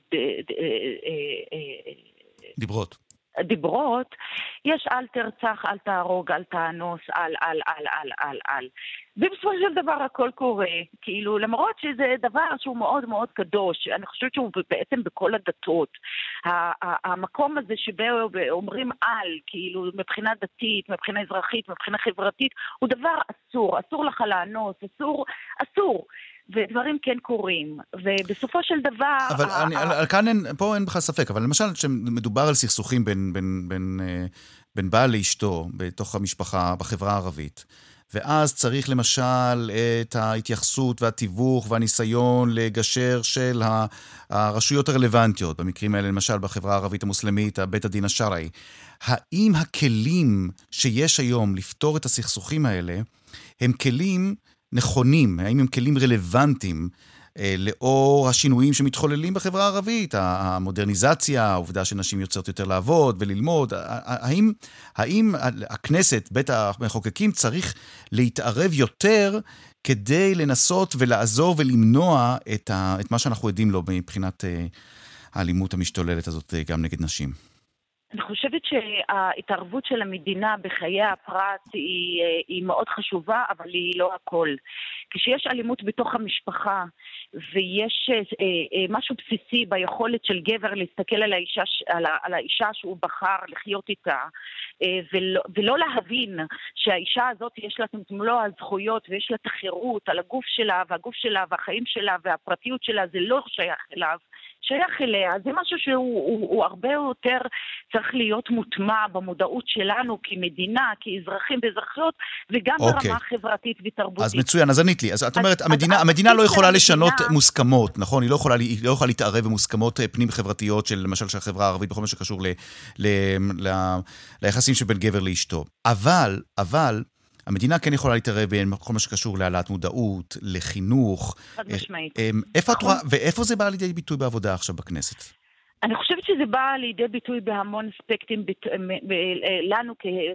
דיברות. דיברות, יש אל תרצח, אל תהרוג, אל תאנוס, אל, אל, אל, אל, אל, אל. ובסופו של דבר הכל קורה, כאילו, למרות שזה דבר שהוא מאוד מאוד קדוש, אני חושבת שהוא בעצם בכל הדתות. המקום הזה שבו אומרים על, כאילו, מבחינה דתית, מבחינה אזרחית, מבחינה חברתית, הוא דבר אסור, אסור לך לאנוס, אסור, אסור. ודברים כן קורים, ובסופו של דבר... אבל אני, כאן אין, פה אין בכלל ספק, אבל למשל, כשמדובר על סכסוכים בין, בין, בין, בין בעל לאשתו, בתוך המשפחה, בחברה הערבית, ואז צריך למשל את ההתייחסות והתיווך והניסיון לגשר של הרשויות הרלוונטיות, במקרים האלה למשל בחברה הערבית המוסלמית, בית הדין השרעי. האם הכלים שיש היום לפתור את הסכסוכים האלה, הם כלים נכונים, האם הם כלים רלוונטיים אה, לאור השינויים שמתחוללים בחברה הערבית, המודרניזציה, העובדה שנשים יוצאות יותר לעבוד וללמוד, האם, האם הכנסת, בית המחוקקים, צריך להתערב יותר כדי לנסות ולעזור ולמנוע את, ה, את מה שאנחנו עדים לו מבחינת אה, האלימות המשתוללת הזאת אה, גם נגד נשים? אני חושבת שההתערבות של המדינה בחיי הפרט היא, היא מאוד חשובה, אבל היא לא הכל. כשיש אלימות בתוך המשפחה, ויש משהו בסיסי ביכולת של גבר להסתכל על האישה, על, על האישה שהוא בחר לחיות איתה, ולא, ולא להבין שהאישה הזאת יש לה את מלוא הזכויות, ויש לה את החירות על הגוף שלה, והגוף שלה, והחיים שלה, והפרטיות שלה, זה לא שייך אליו. שייך אליה, זה משהו שהוא הוא, הוא הרבה יותר צריך להיות מוטמע במודעות שלנו כמדינה, כאזרחים ואזרחיות, וגם okay. ברמה החברתית ותרבותית. אז מצוין, אז ענית לי. אז את אומרת, אז, המדינה, אז המדינה לא יכולה לשנות המדינה... מוסכמות, נכון? היא לא יכולה, היא לא יכולה להתערב במוסכמות פנים חברתיות של, למשל, של החברה הערבית, בכל מה שקשור ל, ל, ל, ליחסים שבין גבר לאשתו. אבל, אבל, המדינה כן יכולה להתערב בכל מה שקשור להעלאת מודעות, לחינוך. חד משמעית. איפה את רואה, ואיפה זה בא לידי ביטוי בעבודה עכשיו בכנסת? אני חושבת שזה בא לידי ביטוי בהמון אספקטים לנו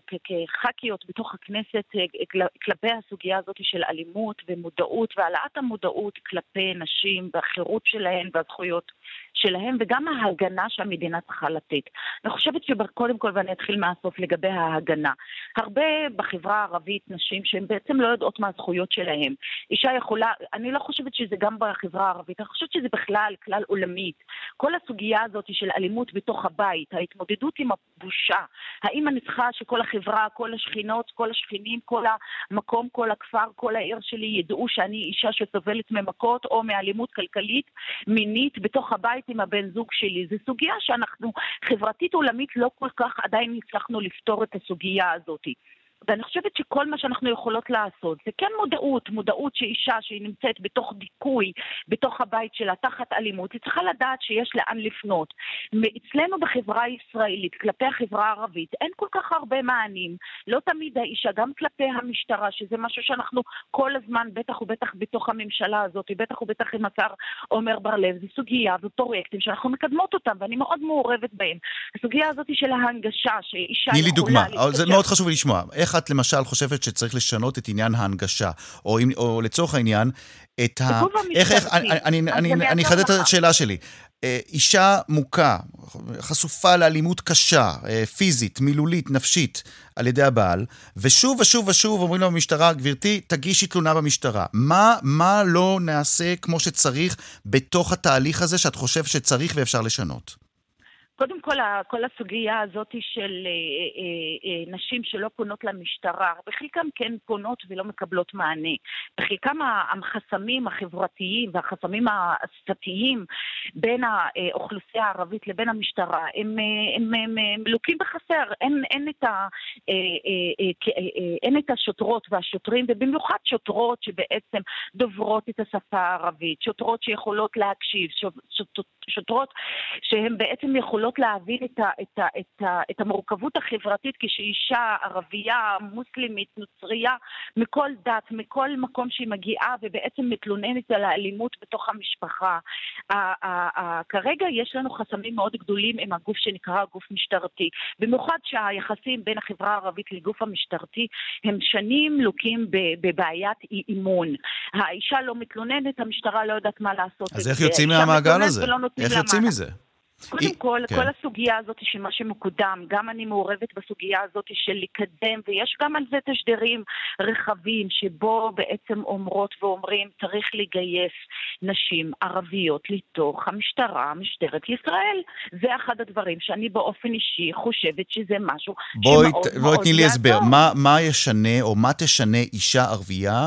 כח"כיות בתוך הכנסת כלפי הסוגיה הזאת של אלימות ומודעות והעלאת המודעות כלפי נשים והחירות שלהן והזכויות שלהם וגם ההגנה שהמדינה צריכה לתת. אני חושבת שקודם כל, ואני אתחיל מהסוף לגבי ההגנה, הרבה בחברה הערבית נשים שהן בעצם לא יודעות מה הזכויות שלהם. אישה יכולה, אני לא חושבת שזה גם בחברה הערבית, אני חושבת שזה בכלל כלל עולמית. כל הסוגיה הזאת של אלימות בתוך הבית, ההתמודדות עם הבושה, האם אני צריכה שכל החברה, כל השכינות, כל השכנים, כל המקום, כל הכפר, כל העיר שלי ידעו שאני אישה שסובלת ממכות או מאלימות כלכלית, מינית בתוך הבית עם הבן זוג שלי. זו סוגיה שאנחנו חברתית עולמית לא כל כך עדיין הצלחנו לפתור את הסוגיה הזאת. ואני חושבת שכל מה שאנחנו יכולות לעשות זה כן מודעות, מודעות שאישה שהיא נמצאת בתוך דיכוי, בתוך הבית שלה, תחת אלימות, היא צריכה לדעת שיש לאן לפנות. אצלנו בחברה הישראלית, כלפי החברה הערבית, אין כל כך הרבה מענים, לא תמיד האישה, גם כלפי המשטרה, שזה משהו שאנחנו כל הזמן, בטח ובטח בתוך הממשלה הזאת, בטח ובטח עם השר עומר בר-לב, זו סוגיה ופרויקטים שאנחנו מקדמות אותם, ואני מאוד מעורבת בהם. הסוגיה הזאת של ההנגשה, שאישה יכולה... תני לי דוגמה, זה מאוד חשוב לשמוע. איך את למשל חושבת שצריך לשנות את עניין ההנגשה, או, או לצורך העניין, את ה... איך, איך, אני, אני, אני, אני, אני חדד את השאלה שלי. אישה מוכה, חשופה לאלימות קשה, פיזית, מילולית, נפשית, על ידי הבעל, ושוב ושוב ושוב אומרים לו במשטרה, גברתי, תגישי תלונה במשטרה. מה, מה לא נעשה כמו שצריך בתוך התהליך הזה שאת חושב שצריך ואפשר לשנות? קודם כל, כל הסוגיה הזאת של אה, אה, אה, נשים שלא פונות למשטרה, בחלקם כן פונות ולא מקבלות מענה. בחלקם החסמים החברתיים והחסמים השפתיים בין האוכלוסייה הערבית לבין המשטרה, הם, הם, הם, הם לוקים בחסר. אין, אין, את ה, אה, אה, אה, אין את השוטרות והשוטרים, ובמיוחד שוטרות שבעצם דוברות את השפה הערבית, שוטרות שיכולות להקשיב, שוטרות שהן בעצם יכולות להבין את, ה, את, ה, את, ה, את המורכבות החברתית כשאישה ערבייה, מוסלמית, נוצריה, מכל דת, מכל מקום שהיא מגיעה ובעצם מתלוננת על האלימות בתוך המשפחה. ה, ה, ה, כרגע יש לנו חסמים מאוד גדולים עם הגוף שנקרא גוף משטרתי. במיוחד שהיחסים בין החברה הערבית לגוף המשטרתי הם שנים לוקים בבעיית אימון. האישה לא מתלוננת, המשטרה לא יודעת מה לעשות. אז איך יוצאים מהמעגל הזה? איך יוצאים מזה? קודם כל, כל הסוגיה הזאת שמה שמקודם, גם אני מעורבת בסוגיה הזאת של לקדם, ויש גם על זה תשדרים רחבים, שבו בעצם אומרות ואומרים, צריך לגייס נשים ערביות לתוך המשטרה, משטרת ישראל. זה אחד הדברים שאני באופן אישי חושבת שזה משהו שמאוד מאוד... בואי תני לי הסבר, מה ישנה או מה תשנה אישה ערבייה,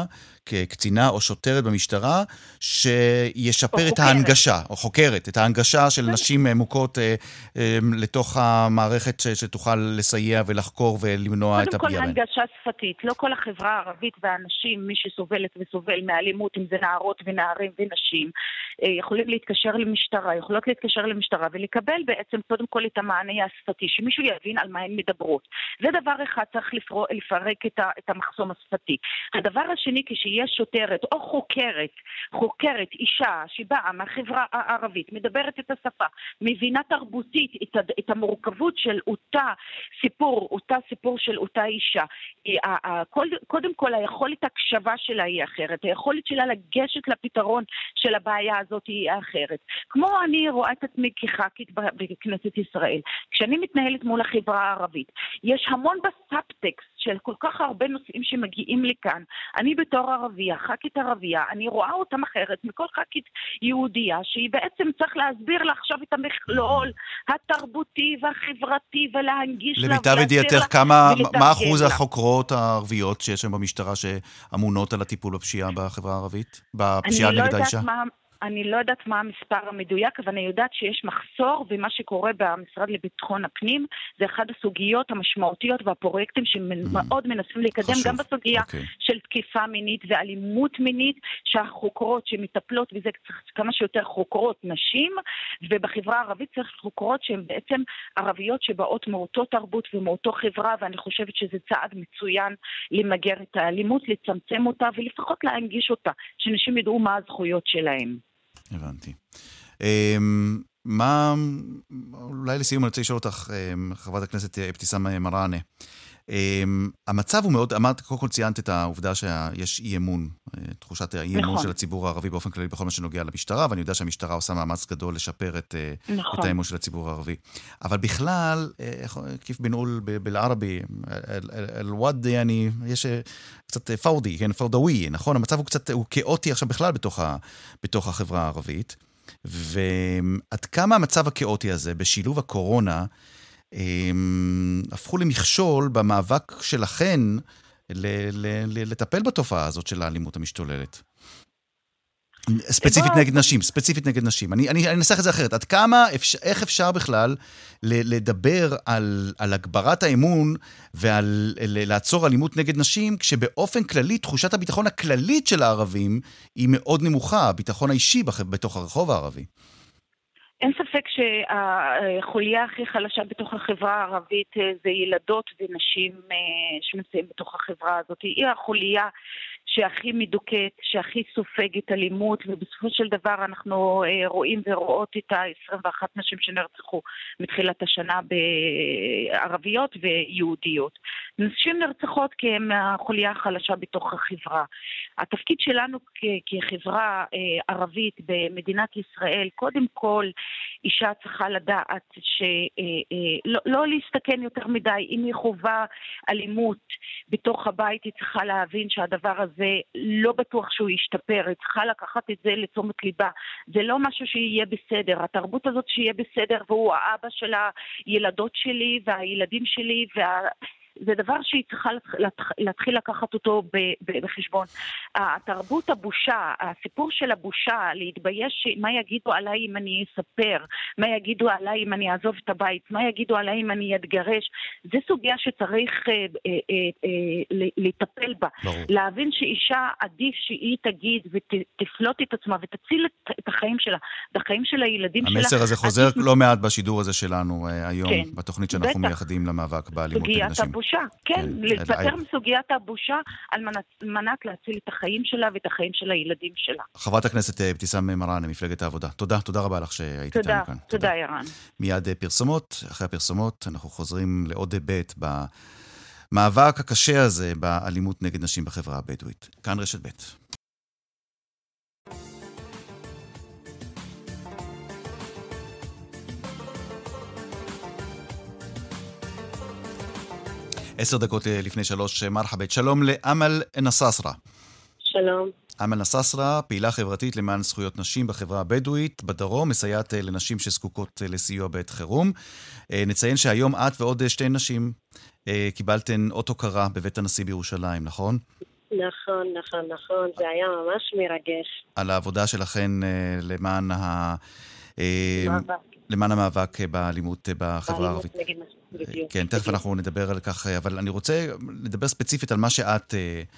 קצינה או שוטרת במשטרה שישפר את חוקרת. ההנגשה, או חוקרת, את ההנגשה של נשים מוכות לתוך המערכת שתוכל לסייע ולחקור ולמנוע את הפגיעה. קודם כל הנגשה שפתית, לא כל החברה הערבית והאנשים, מי שסובלת וסובל מאלימות, אם זה נערות ונערים ונשים, יכולים להתקשר למשטרה, יכולות להתקשר למשטרה ולקבל בעצם קודם כל את המענה השפתי, שמישהו יבין על מה הן מדברות. זה דבר אחד, צריך לפרק את, ה, את המחסום השפתי. הדבר השני, כשיש שוטרת או חוקרת, חוקרת אישה שבאה מהחברה הערבית, מדברת את השפה, מבינה תרבותית את, את המורכבות של אותה סיפור, אותה סיפור של אותה אישה. קודם כל היכולת הקשבה שלה היא אחרת, היכולת שלה לגשת לפתרון של הבעיה הזאת היא אחרת. כמו אני רואה את עצמי כח"כית בכנסת ישראל, כשאני מתנהלת מול החברה הערבית, יש המון בסאבטקסט של כל כך הרבה נושאים שמגיעים לכאן. אני בתור ערבייה, ח"כית ערבייה, אני רואה אותם אחרת מכל ח"כית יהודייה, שהיא בעצם צריך להסביר לה עכשיו את המכלול התרבותי והחברתי ולהנגיש לה. למיטב ידיעתך, כמה, מה אחוז החוקרות הערביות שיש שם במשטרה שאמונות על הטיפול בפשיעה בחברה הערבית? בפשיעה נגד האישה? אני לא יודעת מה המספר המדויק, אבל אני יודעת שיש מחסור, ומה שקורה במשרד לביטחון הפנים, זה אחד הסוגיות המשמעותיות והפרויקטים שמאוד מנסים לקדם, חשוב. גם בסוגיה okay. של תקיפה מינית ואלימות מינית, שהחוקרות שמטפלות, וזה צריך כמה שיותר חוקרות נשים, ובחברה הערבית צריך חוקרות שהן בעצם ערביות שבאות מאותו תרבות ומאותו חברה, ואני חושבת שזה צעד מצוין למגר את האלימות, לצמצם אותה, ולפחות להנגיש אותה, שנשים ידעו מה הזכויות שלהם. הבנתי. מה, אולי לסיום אני רוצה לשאול אותך, חברת הכנסת אבתיסאם מראענה, המצב הוא מאוד, אמרת, קודם כל ציינת את העובדה שיש אי אמון, תחושת האי אמון של הציבור הערבי באופן כללי בכל מה שנוגע למשטרה, ואני יודע שהמשטרה עושה מאמץ גדול לשפר את, את האמון של הציבור הערבי. אבל בכלל, כיף בנעול בלערבי, אל-ווד, yani, יש קצת פאודי, כן, פאודאווי, נכון? המצב הוא קצת, הוא כאוטי עכשיו בכלל בתוך, ה, בתוך החברה הערבית, ועד כמה המצב הכאוטי הזה, בשילוב הקורונה, הפכו למכשול במאבק שלכן לטפל בתופעה הזאת של האלימות המשתוללת. ספציפית נגד נשים, ספציפית נגד נשים. אני, אני, אני אנסח את זה אחרת. עד כמה, איך אפשר בכלל לדבר על, על הגברת האמון ועל לעצור אלימות נגד נשים, כשבאופן כללי תחושת הביטחון הכללית של הערבים היא מאוד נמוכה, הביטחון האישי בתוך הרחוב הערבי. אין ספק שהחוליה הכי חלשה בתוך החברה הערבית זה ילדות ונשים שנמצאים בתוך החברה הזאת. היא החוליה שהכי מדוכאת, שהכי סופגת אלימות, ובסופו של דבר אנחנו רואים ורואות את ה-עשרים ואחת נשים שנרצחו מתחילת השנה בערביות ויהודיות. נשים נרצחות כי הן החוליה החלשה בתוך החברה. התפקיד שלנו כחברה ערבית במדינת ישראל, קודם כל אישה צריכה לדעת שלא לא להסתכן יותר מדי, אם היא חובה אלימות בתוך הבית, היא צריכה להבין שהדבר הזה לא בטוח שהוא ישתפר, היא צריכה לקחת את זה לתשומת ליבה. זה לא משהו שיהיה בסדר, התרבות הזאת שיהיה בסדר, והוא האבא של הילדות שלי והילדים שלי וה... זה דבר שהיא צריכה להתחיל לקחת אותו בחשבון. התרבות הבושה, הסיפור של הבושה, להתבייש מה יגידו עליי אם אני אספר, מה יגידו עליי אם אני אעזוב את הבית, מה יגידו עליי אם אני אתגרש, זה סוגיה שצריך אה, אה, אה, לטפל בה. ברור. להבין שאישה עדיף שהיא תגיד ותפלוט את עצמה ותציל את, את החיים שלה, את החיים של הילדים שלה. המסר הזה חוזר עדיף... לא מעט בשידור הזה שלנו אה, היום, כן, בתוכנית שאנחנו בטח. מייחדים למאבק באלימות נגד נשים. כן, לפטר מסוגיית הבושה על מנת להציל את החיים שלה ואת החיים של הילדים שלה. חברת הכנסת אבתיסאם מראענה, מפלגת העבודה. תודה, תודה רבה לך שהיית איתנו כאן. תודה, תודה ירן. מיד פרסומות, אחרי הפרסומות אנחנו חוזרים לעוד היבט במאבק הקשה הזה באלימות נגד נשים בחברה הבדואית. כאן רשת ב'. עשר דקות לפני שלוש, מרחבת. שלום לאמל נססרה. שלום. אמל נססרה, פעילה חברתית למען זכויות נשים בחברה הבדואית בדרום, מסייעת לנשים שזקוקות לסיוע בעת חירום. נציין שהיום את ועוד שתי נשים קיבלתן אות הוקרה בבית הנשיא בירושלים, נכון? נכון, נכון, נכון, זה היה ממש מרגש. על העבודה שלכן למען ה... מאבק. למען המאבק באלימות בחברה הערבית. כן, תכף אנחנו נדבר על כך, אבל אני רוצה לדבר ספציפית על מה שאת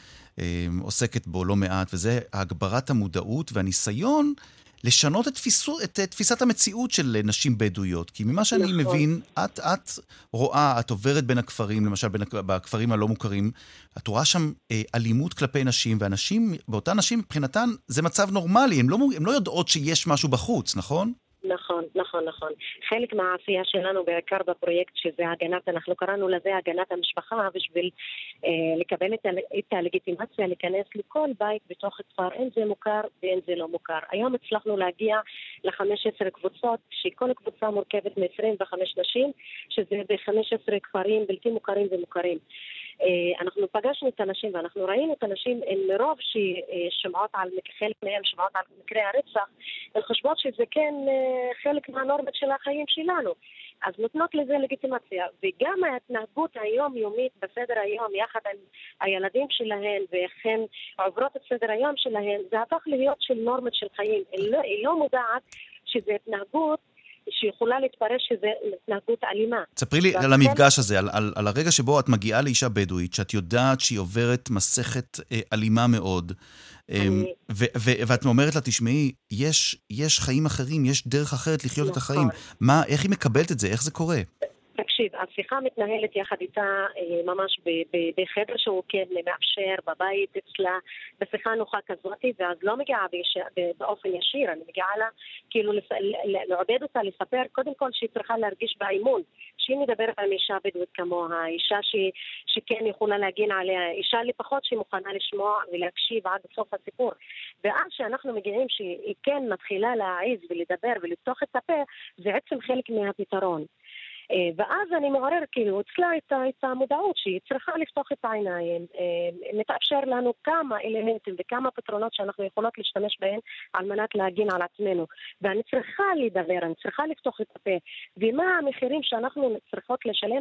עוסקת בו לא מעט, וזה הגברת המודעות והניסיון לשנות את, תפיסו, את תפיסת המציאות של נשים בדואיות. כי ממה שאני נכון. מבין, את, את רואה, את עוברת בין הכפרים, למשל בין בכפרים הלא מוכרים, את רואה שם אה, אלימות כלפי נשים, ואנשים, באותן נשים מבחינתן, זה מצב נורמלי, הם לא, הם לא יודעות שיש משהו בחוץ, נכון? נכון, נכון, נכון. חלק מהעשייה שלנו, בעיקר בפרויקט שזה הגנת, אנחנו קראנו לזה הגנת המשפחה, בשביל אה, לקבל את, את הלגיטימציה, להיכנס לכל בית בתוך הכפר, אין זה מוכר ואין זה לא מוכר. היום הצלחנו להגיע ל-חמש עשרה קבוצות, שכל קבוצה מורכבת מ-עשרים וחמש נשים, שזה ב-חמש עשרה כפרים בלתי מוכרים ומוכרים. אנחנו פגשנו את הנשים ואנחנו ראינו את הנשים מרוב ששמעות על, חלק מהם שמעות על מקרי הרצח, הן חושבות שזה כן חלק מהנורמות של החיים שלנו. אז נותנות לזה לגיטימציה, וגם ההתנהגות היומיומית בסדר היום יחד עם הילדים שלהן וכן עוברות את סדר היום שלהן, זה הפך להיות של נורמות של חיים. היא לא, היא לא מודעת שזה התנהגות שיכולה להתפרש שזה התנהגות אלימה. תספרי לי על המפגש הזה, על, על, על הרגע שבו את מגיעה לאישה בדואית, שאת יודעת שהיא עוברת מסכת אה, אלימה מאוד, אני... ו- ו- ואת אומרת לה, תשמעי, יש, יש חיים אחרים, יש דרך אחרת לחיות נכון. את החיים. מה, איך היא מקבלת את זה? איך זה קורה? תקשיב, השיחה מתנהלת יחד איתה ממש בחדר שהוא כן מאפשר בבית אצלה, בשיחה נוחה כזאת, ואז לא מגיעה באופן ישיר, אני מגיעה לה כאילו לעודד אותה, לספר קודם כל שהיא צריכה להרגיש באימון, שהיא מדברת על אישה בדואית כמוה, אישה שכן יכולה להגין עליה, אישה לפחות שהיא מוכנה לשמוע ולהקשיב עד סוף הסיפור. ואז שאנחנו מגיעים שהיא כן מתחילה להעיז ולדבר ולפתוח את הפה, זה עצם חלק מהפתרון. ואז אני מעורר כאילו אצלה את המודעות שהיא צריכה לפתוח את העיניים, מתאפשר לנו כמה אלמנטים וכמה פתרונות שאנחנו יכולות להשתמש בהן על מנת להגין על עצמנו, ואני צריכה לדבר, אני צריכה לפתוח את הפה, ומה המחירים שאנחנו צריכות לשלם,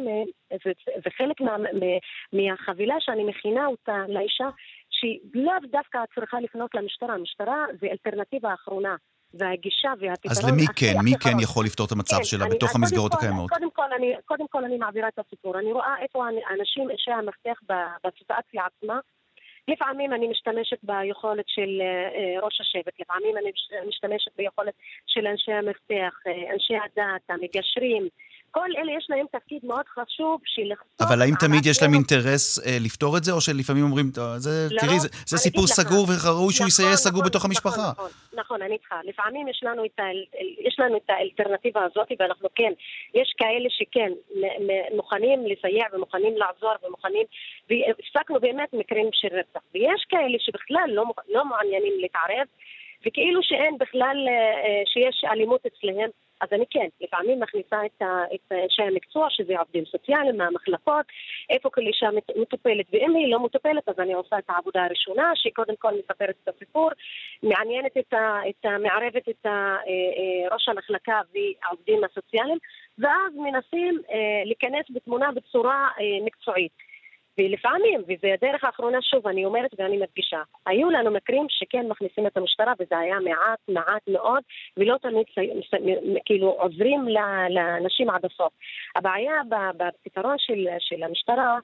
וחלק מה, מהחבילה שאני מכינה אותה לאישה, שהיא לאו דווקא צריכה לפנות למשטרה, המשטרה זה אלטרנטיבה האחרונה, והגישה והפתרון... אז למי כן? מי כן יכול לפתור את המצב שלה בתוך המסגרות הקיימות? קודם כל אני מעבירה את הסיפור. אני רואה איפה האנשים, אנשי המפתח בסיטואציה עצמה. לפעמים אני משתמשת ביכולת של ראש השבט, לפעמים אני משתמשת ביכולת של אנשי המפתח, אנשי הדת, המגשרים. כל אלה יש להם תפקיד מאוד חשוב שלחסוך... אבל האם תמיד יש להם אינטרס לפתור את זה, או שלפעמים אומרים, תראי, זה סיפור סגור וראוי שהוא יסייע סגור בתוך המשפחה? נכון, אני איתך. לפעמים יש לנו את האלטרנטיבה הזאת, ואנחנו כן, יש כאלה שכן מוכנים לסייע ומוכנים לעזור ומוכנים, והפסקנו באמת מקרים של רצח. ויש כאלה שבכלל לא מעוניינים להתערב, וכאילו שאין בכלל, שיש אלימות אצלהם, אז אני כן, לפעמים מכניסה את אנשי המקצוע, שזה עובדים סוציאליים מהמחלקות, איפה כל אישה מטופלת, ואם היא לא מטופלת, אז אני עושה את העבודה הראשונה, שקודם כל מספרת את הסיפור, מעניינת את, את מערבת את ראש המחלקה והעובדים הסוציאליים, ואז מנסים להיכנס בתמונה בצורה מקצועית. ולפעמים, וזה הדרך האחרונה, שוב, אני אומרת ואני מדגישה, היו לנו מקרים שכן מכניסים את המשטרה, וזה היה מעט, מעט מאוד, ולא תמיד כאילו עוזרים לאנשים עד הסוף. הבעיה בפתרון של, של המשטרה,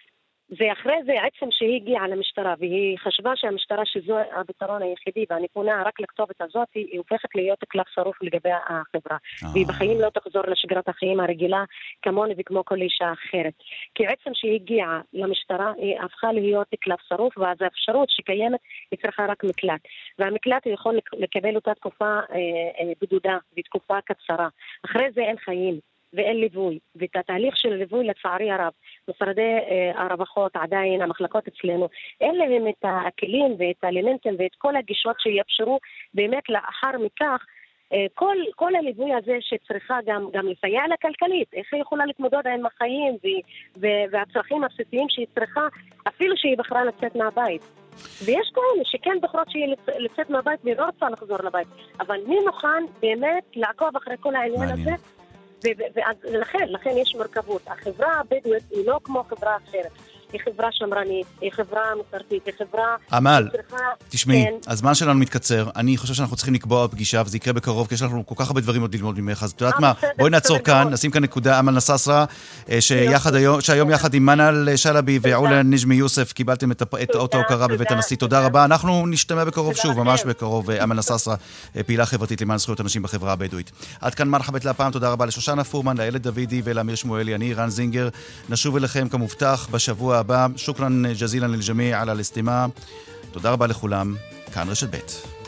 זה אחרי זה עצם שהיא הגיעה למשטרה, והיא חשבה שהמשטרה שזו הפתרון היחידי, ואני פונה רק לכתובת הזאת, היא הופכת להיות קלף שרוף לגבי החברה. והיא בחיים לא תחזור לשגרת החיים הרגילה, כמוני וכמו כל אישה אחרת. כי עצם שהיא הגיעה למשטרה, היא הפכה להיות קלף שרוף, ואז האפשרות שקיימת, היא צריכה רק מקלט. והמקלט יכול לקבל אותה תקופה בדודה, בתקופה קצרה. אחרי זה אין חיים. ואין ליווי, ואת התהליך של ליווי לצערי הרב, משרדי הרווחות עדיין, המחלקות אצלנו, אין להם את הכלים ואת האלמנטים ואת כל הגישות שיאפשרו באמת לאחר מכך, כל, כל הליווי הזה שצריכה גם, גם לסייע לה כלכלית, איך היא יכולה להתמודד עם החיים ו, והצרכים הבסיסיים שהיא צריכה, אפילו שהיא בחרה לצאת מהבית. ויש כאלה שכן בחרות שהיא לצאת מהבית ולא רוצה לחזור לבית, אבל מי מוכן באמת לעקוב אחרי כל העניין הזה? ולכן, לכן יש מורכבות. החברה הבדואית היא לא כמו חברה אחרת. היא חברה שמרנית, היא חברה מסורתית, היא חברה... אמל, שצריכה... תשמעי, כן. הזמן שלנו מתקצר, אני חושב שאנחנו צריכים לקבוע פגישה, וזה יקרה בקרוב, כי יש לנו כל כך הרבה דברים עוד ללמוד ממך, אז את יודעת אה, מה, בסדר, בואי נעצור בסדר כאן, מאוד. נשים כאן נקודה, אמל נססרה, אה, שיחד היום, שהיום יחד עם מנאל שלבי ועולה נג'מי יוסף, קיבלתם את הפ- את אות ההוקרה בבית תודה, הנשיא, תודה. תודה רבה, אנחנו נשתמע בקרוב תודה שוב, לכם. ממש בקרוב, אה, אמל נססרה, אה, פעילה חברתית למען זכויות אנשים בחברה הבדואית. עד כאן מרחבת להפעם, תודה רבה לשושנה פורמן, לאילת דוידי ולאמיר שמואלי, אני רן זינגר, נשוב אליכם כמובטח בשבוע הבא. שוכרן ג'זילן ללג'מיע על הלסטימה. תודה רבה לכולם, כאן רשת ב'.